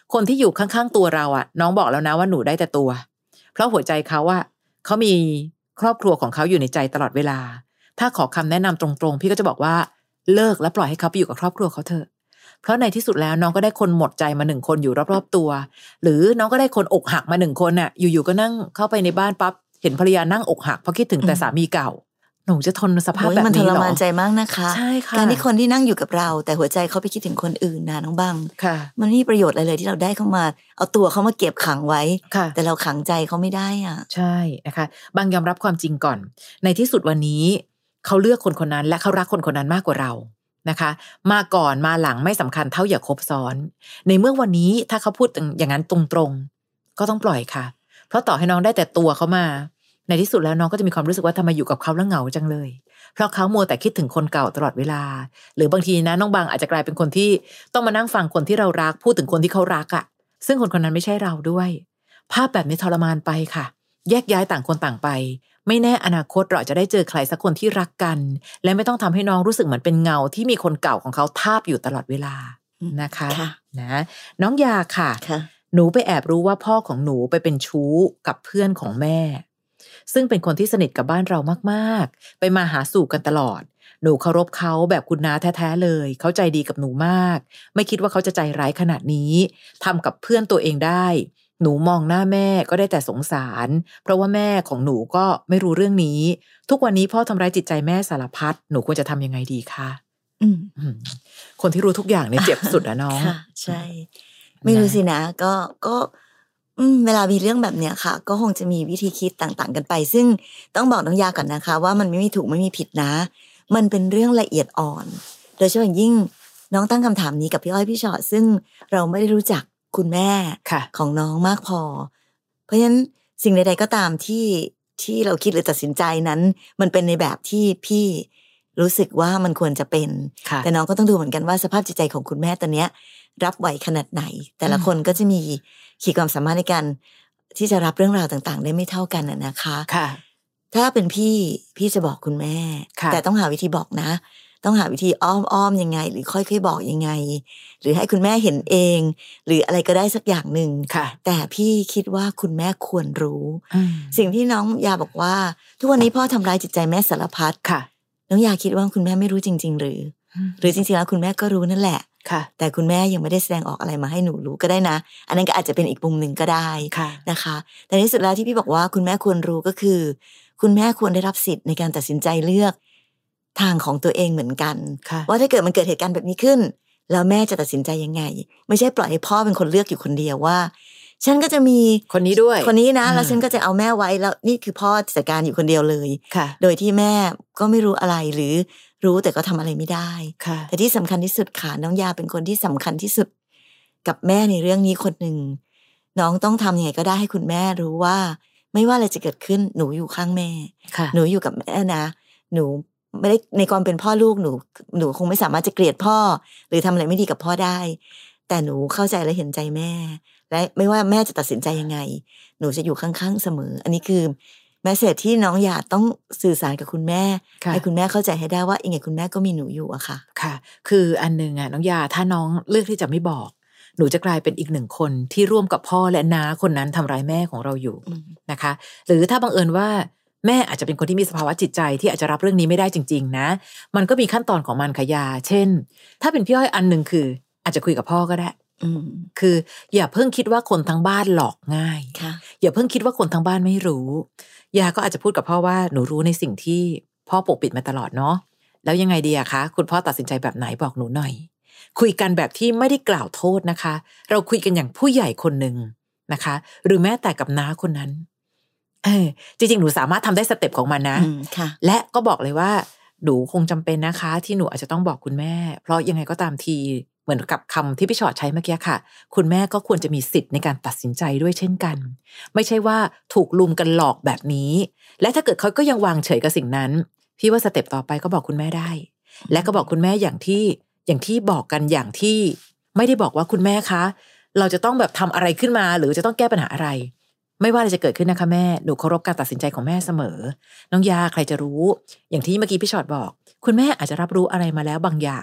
S1: คนที่อยู่ข้างๆตัวเราอ่ะน้องบอกแล้วนะว่าหนูได้แต่ตัวเพราะหัวใจเขาอ่ะเขามีครอบครัวของเขาอยู่ในใจตลอดเวลาถ้าขอคำแนะนำตรงๆพี่ก็จะบอกว่าเลิกแล้วปล่อยให้เขาไปอยู่กับครอบครัวเขาเถอะเพราะในที่สุดแล้วน้องก็ได้คนหมดใจมา1 คนอยู่รอบๆตัวหรือน้องก็ได้คนอกหักมา1 คนน่ะอยู่ๆก็นั่งเข้าไปในบ้านปั๊บเห็นภรรยานั่งอกหักเพราะคิดถึงแต่สามีเก่าหนูจะทนสภาพแบบนี้หรอมัน
S2: ทรมานใจมากนะคะ
S1: ใช่ค่ะ
S2: การที่คนที่นั่งอยู่กับเราแต่หัวใจเขาไปคิดถึงคนอื่นนะน้องบังมันไม่มีประโยชน์อะไรเลยที่เราได้เข้ามาเอาตัวเขามาเก็บขังไว้แต่เราขังใจเขาไม่ได้อ่ะ
S1: ใช่นะคะบางยอมรับความจริงก่อนในที่สุดวันนี้เขาเลือกคนคนนั้นและเขารักคนคนนั้นมากกว่าเรานะคะมาก่อนมาหลังไม่สำคัญเท่าอย่าคบซ้อนในเมื่อวันนี้ถ้าเขาพูดอย่างนั้นตรงๆก็ต้องปล่อยค่ะเพราะต่อให้น้องได้แต่ตัวเขามาในที่สุดแล้วน้องก็จะมีความรู้สึกว่าทำไมอยู่กับเขาแล้วเหงาจังเลยเพราะเขามัวแต่คิดถึงคนเก่าตลอดเวลาหรือบางทีนะน้องบางอาจจะกลายเป็นคนที่ต้องมานั่งฟังคนที่เรารักพูดถึงคนที่เขารักอ่ะซึ่งคนคนนั้นไม่ใช่เราด้วยภาพแบบนี้ทรมานไปค่ะแยกย้ายต่างคนต่างไปไม่แน่อนาคตเราจะได้เจอใครสักคนที่รักกันและไม่ต้องทำให้น้องรู้สึกเหมือนเป็นเงาที่มีคนเก่าของเขาทาบอยู่ตลอดเวลานะคะนะน้องยาค่ะหนูไปแอบรู้ว่าพ่อของหนูไปเป็นชู้กับเพื่อนของแม่ซึ่งเป็นคนที่สนิทกับบ้านเรามากๆไปมาหาสู่กันตลอดหนูเคารพเขาแบบคุณน้าแท้ๆเลยเขาใจดีกับหนูมากไม่คิดว่าเขาจะใจร้ายขนาดนี้ทำกับเพื่อนตัวเองได้หนูมองหน้าแม่ก็ได้แต่สงสารเพราะว่าแม่ของหนูก็ไม่รู้เรื่องนี้ทุกวันนี้พ่อทำร้ายจิตใจแม่สารพัดหนูควรจะทำยังไงดีคะคนที่รู้ทุกอย่างเนี่ยเจ็บสุดอะน้อง
S2: ใช่ไม่รู้สินะก็เวลามีเรื่องแบบเนี้ยค่ะก็คงจะมีวิธีคิดต่างๆกันไปซึ่งต้องบอกน้องยาก่อนนะคะว่ามันไม่มีถูกไม่มีผิดนะมันเป็นเรื่องละเอียดอ่อนโดยเฉพาะอย่างยิ่งน้องตั้งคำถามนี้กับพี่อ้อยพี่ชอตซึ่งเราไม่ได้รู้จักคุณแม่ของน้องมากพอเพราะฉะนั้นสิ่งใดๆก็ตามที่เราคิดหรือตัดสินใจนั้นมันเป็นในแบบที่พี่รู้สึกว่ามันควรจะเป็นแต่น้องก็ต้องดูเหมือนกันว่าสภาพจิตใจของคุณแม่ตอนเนี้ยรับไหวขนาดไหนแต่ละคนก็จะมีขีดความสามารถในการที่จะรับเรื่องราวต่างๆได้ไม่เท่ากันนะคะถ้าเป็นพี่จะบอกคุณแม่แต่ต้องหาวิธีบอกนะต้องหาวิธีอ้อมยังไงหรือค่อยๆบอกยังไงหรือให้คุณแม่เห็นเองหรืออะไรก็ได้สักอย่างหนึ่งแต่พี่คิดว่าคุณแม่ควรรู้สิ่งที่น้องยาบอกว่าทุกวันนี้พ่อทำร้ายจิตใจแม่สารพัดน้องยาคิดว่าคุณแม่ไม่รู้จริงๆหรือจริงๆแล้วคุณแม่ก็รู้นั่นแหละแต่คุณแม่ยังไม่ได้แสดงออกอะไรมาให้หนูรู้ก็ได้นะอันนั้นก็อาจจะเป็นอีกมุมหนึ่งก็ได้นะคะแต่ในที่สุดแล้วที่พี่บอกว่าคุณแม่ควรรู้ก็คือคุณแม่ควรได้รับสิทธิ์ในการตัดสินใจเลือกทางของตัวเองเหมือนกันว่าถ้าเกิดมันเกิดเหตุการณ์แบบนี้ขึ้นแล้วแม่จะตัดสินใจยังไงไม่ใช่ปล่อยให้พ่อเป็นคนเลือกอยู่คนเดียวว่าฉันก็จะมี
S1: คนนี้ด้วย
S2: คนนี้นะแล้วฉันก็จะเอาแม่ไว้แล้วนี่คือพ่อจัดการอยู่คนเดียวเลยโดยที่แม่ก็ไม่รู้อะไรหรือรู้แต่ก็ทำอะไรไม่ได้แต่ที่สำคัญที่สุดค่ะน้องยาเป็นคนที่สำคัญที่สุดกับแม่ในเรื่องนี้คนหนึ่งน้องต้องทำยังไงก็ได้ให้คุณแม่รู้ว่าไม่ว่าอะไรจะเกิดขึ้นหนูอยู่ข้างแม่หนูอยู่กับแม่นะหนูไม่ได้ในความเป็นพ่อลูกหนูคงไม่สามารถจะเกลียดพ่อหรือทำอะไรไม่ดีกับพ่อได้แต่หนูเข้าใจและเห็นใจแม่และไม่ว่าแม่จะตัดสินใจยังไงหนูจะอยู่ข้างๆเสมออันนี้คือแมสเสจที่น้องอยากต้องสื่อสารกับคุณแม่ให้คุณแม่เข้าใจให้ได้ว่ายังไงคุณแม่ก็มีหนูอยู่อะค่ะ
S1: ค่ะคืออันนึงอะน้องยาถ้าน้องเลือกที่จะไม่บอกหนูจะกลายเป็นอีก1 คนที่ร่วมกับพ่อและน้าคนนั้นทำร้ายแม่ของเราอยู่นะคะหรือถ้าบังเอิญว่าแม่อาจจะเป็นคนที่มีสภาวะจิตใจที่อาจจะรับเรื่องนี้ไม่ได้จริงๆนะมันก็มีขั้นตอนของมันค่ะยาเช่นถ้าเป็นพี่อ้อยอันนึงคืออาจจะคุยกับพ่อก็ได้คืออย่าเพิ่งคิดว่าคนทั้งบ้านหลอกง่ายอย่าเพิ่งคิดว่าคนทั้งบ้านไม่รู้ยาก็อาจจะพูดกับพ่อว่าหนูรู้ในสิ่งที่พ่อปกปิดมาตลอดเนาะแล้วยังไงดีอะคะคุณพ่อตัดสินใจแบบไหนบอกหนูหน่อยคุยกันแบบที่ไม่ได้กล่าวโทษนะคะเราคุยกันอย่างผู้ใหญ่คนหนึ่งนะคะหรือแม้แต่กับน้าคนนั้นจริงๆหนูสามารถทำได้สเต็ปของมันนะและก็บอกเลยว่าหนูคงจำเป็นนะคะที่หนูอาจจะต้องบอกคุณแม่เพราะยังไงก็ตามทีเหมือนกับคำที่พี่ชอตใช้เมื่อกี้ค่ะคุณแม่ก็ควรจะมีสิทธิ์ในการตัดสินใจด้วยเช่นกันไม่ใช่ว่าถูกลุมกันหลอกแบบนี้และถ้าเกิดเขาก็ยังวางเฉยกับสิ่งนั้นพี่ว่าสเต็ปต่อไปก็บอกคุณแม่ได้และก็บอกคุณแม่อย่างที่บอกกันอย่างที่ไม่ได้บอกว่าคุณแม่คะเราจะต้องแบบทำอะไรขึ้นมาหรือจะต้องแก้ปัญหาอะไรไม่ว่าอะไรจะเกิดขึ้นนะคะแม่หนูเคารพการตัดสินใจของแม่เสมอน้องยาใครจะรู้อย่างที่เมื่อกี้พี่ชอตบอกคุณแม่อาจจะรับรู้อะไรมาแล้วบางอย่าง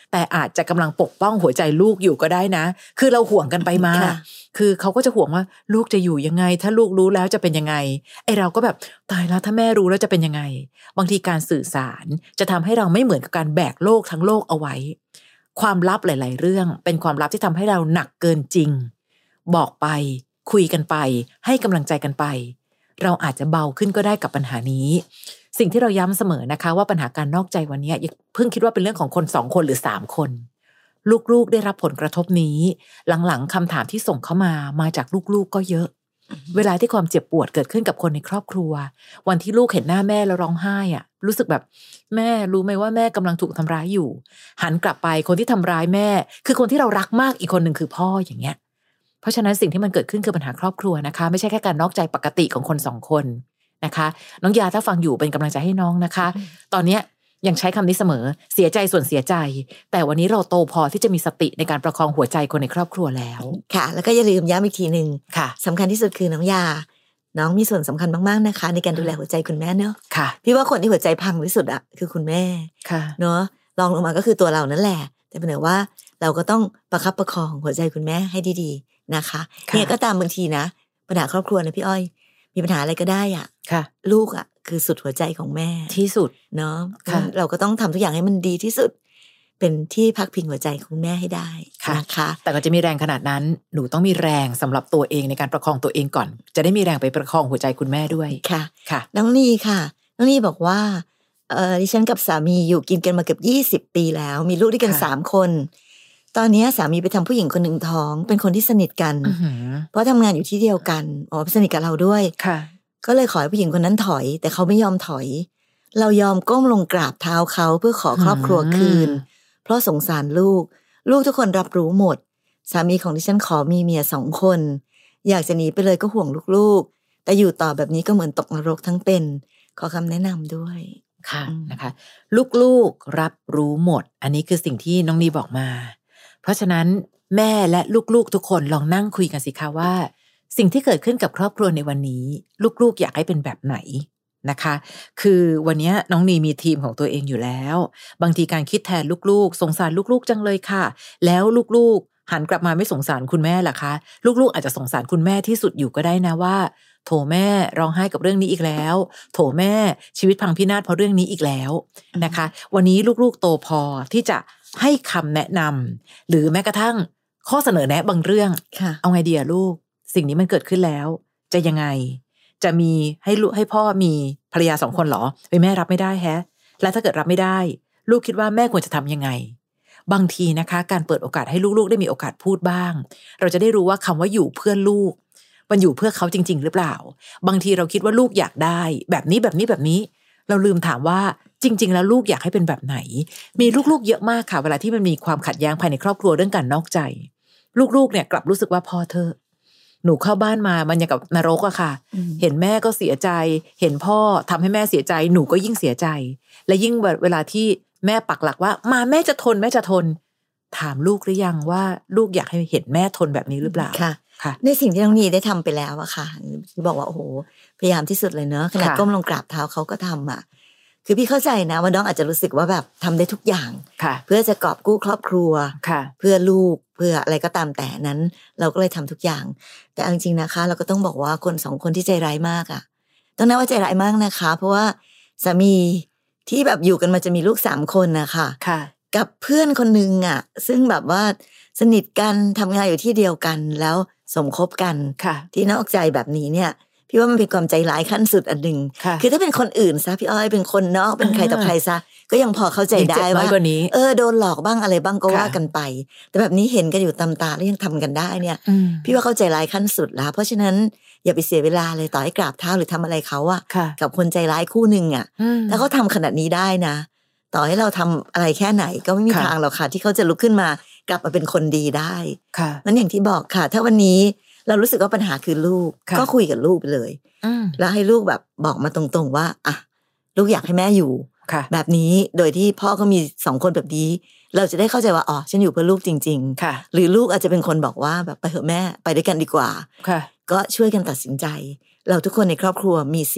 S1: แต่อาจจะกำลังปกป้องหัวใจลูกอยู่ก็ได้นะคือเราห่วงกันไปมาคือเขาก็จะห่วงว่าลูกจะอยู่ยังไงถ้าลูกรู้แล้วจะเป็นยังไงไอเราก็แบบตายแล้วถ้าแม่รู้แล้วจะเป็นยังไงบางทีการสื่อสารจะทำให้เราไม่เหมือนกับการแบกโลกทั้งโลกเอาไว้ความลับหลายๆเรื่องเป็นความลับที่ทำให้เราหนักเกินจริงบอกไปคุยกันไปให้กำลังใจกันไปเราอาจจะเบาขึ้นก็ได้กับปัญหานี้สิ่งที่เราย้ำเสมอนะคะว่าปัญหาการนอกใจวันนี้อย่าเพิ่งคิดว่าเป็นเรื่องของคน2 คนหรือ3 คนลูกๆได้รับผลกระทบนี้หลังๆคำถามที่ส่งเข้ามาจากลูกๆก็เยอะเวลาที่ความเจ็บปวดเกิดขึ้นกับคนในครอบครัววันที่ลูกเห็นหน้าแม่แล้วร้องไห้อ่ะรู้สึกแบบแม่รู้ไหมว่าแม่กำลังถูกทำร้ายอยู่หันกลับไปคนที่ทำร้ายแม่คือคนที่เรารักมากอีกคนหนึ่งคือพ่ออย่างเงี้ยเพราะฉะนั้นสิ่งที่มันเกิดขึ้นคือปัญหาครอบครัวนะคะไม่ใช่แค่การนอกใจปกติของคน2 คนนะคะน้องยาถ้าฟังอยู่เป็นกำลังใจให้น้องนะคะตอนนี้ยังใช้คำนี้เสมอเสียใจส่วนเสียใจแต่วันนี้เราโตพอที่จะมีสติในการประคองหัวใจคนในครอบครัวแล้ว
S2: ค่ะแล้วก็อย่าลืมย้ำอีกทีนึงสำคัญที่สุดคือน้องยาน้องมีส่วนสำคัญมากๆนะคะในการดูแลหัวใจคุณแม่เนาะพี่ว่าคนที่หัวใจพังที่สุดอะคือคุณแม่เนาะรองลงมาก็คือตัวเรานั่นแหละแต่เป็นว่าเราก็ต้องประคับประคองหัวใจคุณแม่ให้ดีๆนะคะเนี่ยก็ตามบางทีนะปัญหาครอบครัวนะพี่อ้อยมีปัญหาอะไรก็ได้อ่ะลูกอ่ะคือสุดหัวใจของแม่
S1: ที่สุด
S2: เนาะเราก็ต้องทำทุกอย่างให้มันดีที่สุดเป็นที่พักพิงหัวใจของแม่ให้ได้นะคะ
S1: แต่ก็จะมีแรงขนาดนั้นหนูต้องมีแรงสำหรับตัวเองในการประคองตัวเองก่อนจะได้มีแรงไปประคองหัวใจคุณแม่ด้วย
S2: ค่ะน้องนีค่ะน้องนีบอกว่าดิฉันกับสามีอยู่กินกันมาเกือบ20 ปีแล้วมีลูกด้วยกัน3 คนตอนนี้สามีไปทำผู้หญิงคนหนึ่งท้องเป็นคนที่สนิทกันเพราะทำงานอยู่ที่เดียวกันสนิทกับเราด้วยก็เลยขอให้ผู้หญิงคนนั้นถอยแต่เขาไม่ยอมถอยเรายอมก้มลงกราบเท้าเขาเพื่อขอครอบครัวคืนเพราะสงสารลูกทุกคนรับรู้หมดสามีของดิฉันขอมีเมีย2 คนอยากจะหนีไปเลยก็ห่วงลูกๆแต่อยู่ต่อแบบนี้ก็เหมือนตกนรกทั้งเป็นขอคำแนะนำด้วย
S1: ค่ะนะคะลูกๆรับรู้หมดอันนี้คือสิ่งที่น้องนีบอกมาเพราะฉะนั้นแม่และลูกๆทุกคนลองนั่งคุยกันสิคะว่าสิ่งที่เกิดขึ้นกับครอบครัวในวันนี้ลูกๆอยากให้เป็นแบบไหนนะคะคือวันนี้น้องนีมีทีมของตัวเองอยู่แล้วบางทีการคิดแทนลูกๆสงสารลูกๆจังเลยค่ะแล้วลูกๆหันกลับมาไม่สงสารคุณแม่ล่ะคะลูกๆอาจจะสงสารคุณแม่ที่สุดอยู่ก็ได้นะว่าโถแม่ร้องไห้กับเรื่องนี้อีกแล้วโถแม่ชีวิตพังพินาศเพราะเรื่องนี้อีกแล้วนะคะวันนี้ลูกๆโตพอที่จะให้คำแนะนำหรือแม้กระทั่งข้อเสนอแนะบางเรื่องเอาไงดีอะลูกสิ่งนี้มันเกิดขึ้นแล้วจะยังไงจะมีให้พ่อมีภรรยา2 คนเหรอแม่รับไม่ได้แฮะแล้วถ้าเกิดรับไม่ได้ลูกคิดว่าแม่ควรจะทำยังไงบางทีนะคะการเปิดโอกาสให้ลูกๆได้มีโอกาสพูดบ้างเราจะได้รู้ว่าคำว่าอยู่เพื่อลูกมันอยู่เพื่อเขาจริงๆหรือเปล่าบางทีเราคิดว่าลูกอยากได้แบบนี้เราลืมถามว่าจริงๆแล้วลูกอยากให้เป็นแบบไหนมีลูกๆเยอะมากค่ะเวลาที่มันมีความขัดแย้งภายในครอบครัวเรื่องการนอกใจลูกๆเนี่ยกลับรู้สึกว่าพ่อเธอหนูเข้าบ้านมามันอย่างกับนรกอะค่ะเห็นแม่ก็เสียใจเห็นพ่อทำให้แม่เสียใจหนูก็ยิ่งเสียใจและยิ่งเวลาที่แม่ปักหลักว่ามาแม่จะทนถามลูกหรือยังว่าลูกอยากให้เห็นแม่ทนแบบนี้หรือเปล่า
S2: ค่ะในสิ่งที่น้องนีได้ทำไปแล้วอะค่ะที่บอกว่าโอ้โหพยายามที่สุดเลยเนอะขนาดก้มลงกราบเท้าเขาก็ทำอะคือพี่เข้าใจนะว่าน้องอาจจะรู้สึกว่าแบบทำได้ทุกอย่างเพื่อจะกอบกู้ครอบครัวเพื่อลูกเพื่ออะไรก็ตามแต่นั้นเราก็เลยทำทุกอย่างแต่จริงๆนะคะเราก็ต้องบอกว่าคน2 คนที่ใจร้ายมากอะต้องนับว่าใจร้ายมากนะคะเพราะว่าสามีที่แบบอยู่กันมาจะมีลูก3 คนนะคะกับเพื่อนคนนึงอะซึ่งแบบว่าสนิทกันทำงานอยู่ที่เดียวกันแล้วสมคบกันที่นอกใจแบบนี้เนี่ยพี่ว่ามันเป็นความใจร้ายขั้นสุดอันหนึ่งคือถ้าเป็นคนอื่นซะพี่อ้อยเป็นคนนอกเป็นใครต่อใครซะก็ยังพอเข้าใจได้ว่าโดนหลอกบ้างอะไรบ้างก็ว่ากันไปแต่แบบนี้เห็นกันอยู่ตามตาแล้วยังทำกันได้เนี่ยพี่ว่าเข้าใจร้ายขั้นสุดแล้วเพราะฉะนั้นอย่าไปเสียเวลาเลยต่อให้กราบเท้าหรือทำอะไรเขาอะกับคนใจร้ายคู่นึงอะถ้าเขาทำขนาดนี้ได้นะต่อให้เราทำอะไรแค่ไหนก็ไม่มีทางหรอกค่ะที่เขาจะลุกขึ้นมากลับมาเป็นคนดีได้นั้นอย่างที่บอกค่ะถ้าวันนี้เรารู้สึกว่าปัญหาคือลูกก็คุยกับลูกไปเลยแล้วให้ลูกแบบบอกมาตรงๆว่าอ่ะลูกอยากให้แม่อยู่แบบนี้โดยที่พ่อก็มี2 คนแบบนี้เราจะได้เข้าใจว่าอ๋อฉันอยู่เพื่อลูกจริงๆหรือลูกอาจจะเป็นคนบอกว่าแบบไปเถอะแม่ไปด้วยกันดีกว่าก็ช่วยกันตัดสินใจเราทุกคนในครอบครัวมีสิทธิ์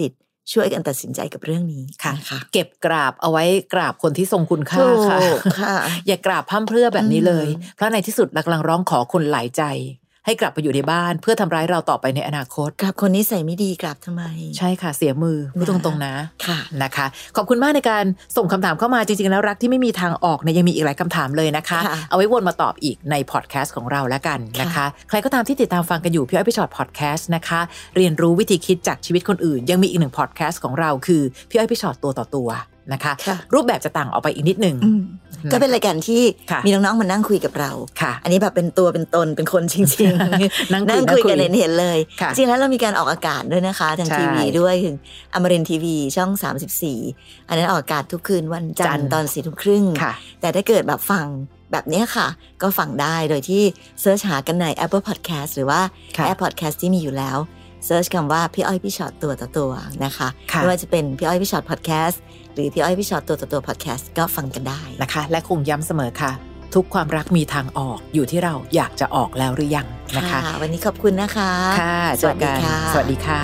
S2: ช่วยกันตัดสินใจกับเรื่องนี้
S1: ค่ะเก็บกราบเอาไว้กราบคนที่ทรงคุณค่าค่ะอย่ากราบพร่ำเพรื่อแบบนี้เลยเพราะในที่สุดกำลังร้องขอคนหลายใจให้กลับไปอยู่ในบ้านเพื่อทำร้ายเราต่อไปในอนาคต
S2: กราบคนนิสัยไม่ดีกราบทำไม
S1: ใช่ค่ะเสียมือพูดตรงๆนะนะคะขอบคุณมากในการส่งคำถามเข้ามาจริงๆแล้วรักที่ไม่มีทางออกเนี่ยยังมีอีกหลายคำถามเลยนะคะเอาไว้วนมาตอบอีกในพอดแคสต์ของเราแล้วกันนะคะใครก็ตามที่ติดตามฟังกันอยู่พี่อ้อยพี่ชอตพอดแคสต์นะคะเรียนรู้วิธีคิดจากชีวิตคนอื่นยังมีอีกหนึ่งพอดแคสต์ของเราคือพี่อ้อยพี่ชอตตัวต่อตัวนะคะรูปแบบจะต่างออกไปอีกนิดนึง
S2: ก็เป็นรายการที่มีน้องๆมานั่งคุยกับเราอันนี้แบบเป็นตัวเป็นตนเป็นคนจริงๆนั่งคุยกันเห็นเลยจริงแล้วเรามีการออกอากาศด้วยนะคะทางทีวีด้วยถึงอมรินทร์ทีวีช่อง34อันนั้นออกอากาศทุกคืนวันจันทร์ตอน 4:30 น.แต่ถ้าเกิดแบบฟังแบบนี้ค่ะก็ฟังได้โดยที่เสิร์ชหากันใน Apple Podcast หรือว่าแอป Podcast ที่มีอยู่แล้วเสิร์ชคำว่าพี่อ้อยพี่ชอตตัวต่อตัวนะคะไม่ว่าจะเป็นพี่อ้อยพี่ชอตพอดแคสต์หรือพี่อ้อยพี่ชอตตัวต่อตัวพอดแคสต์ก็ฟังกันได้
S1: นะคะและคงย้ำเสมอค่ะทุกความรักมีทางออกอยู่ที่เราอยากจะออกแล้วหรือยังนะคะ
S2: วันนี้ขอบคุณนะคะ
S1: ค่ะสวัสดีค่ะสวัสดีค่ะ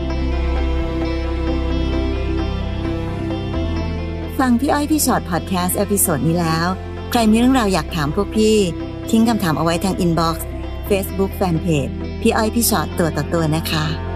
S2: ฟังพี่อ้อยพี่ชอตพอดแคสต์เอพิโซดนี้แล้วใครมีเรื่องราวอยากถามพวกพี่ทิ้งคำถามเอาไว้ทางอินบ็อกซ์ Facebook Fanpage พี่อ้อยพี่ชอตตัวต่อตัวนะคะ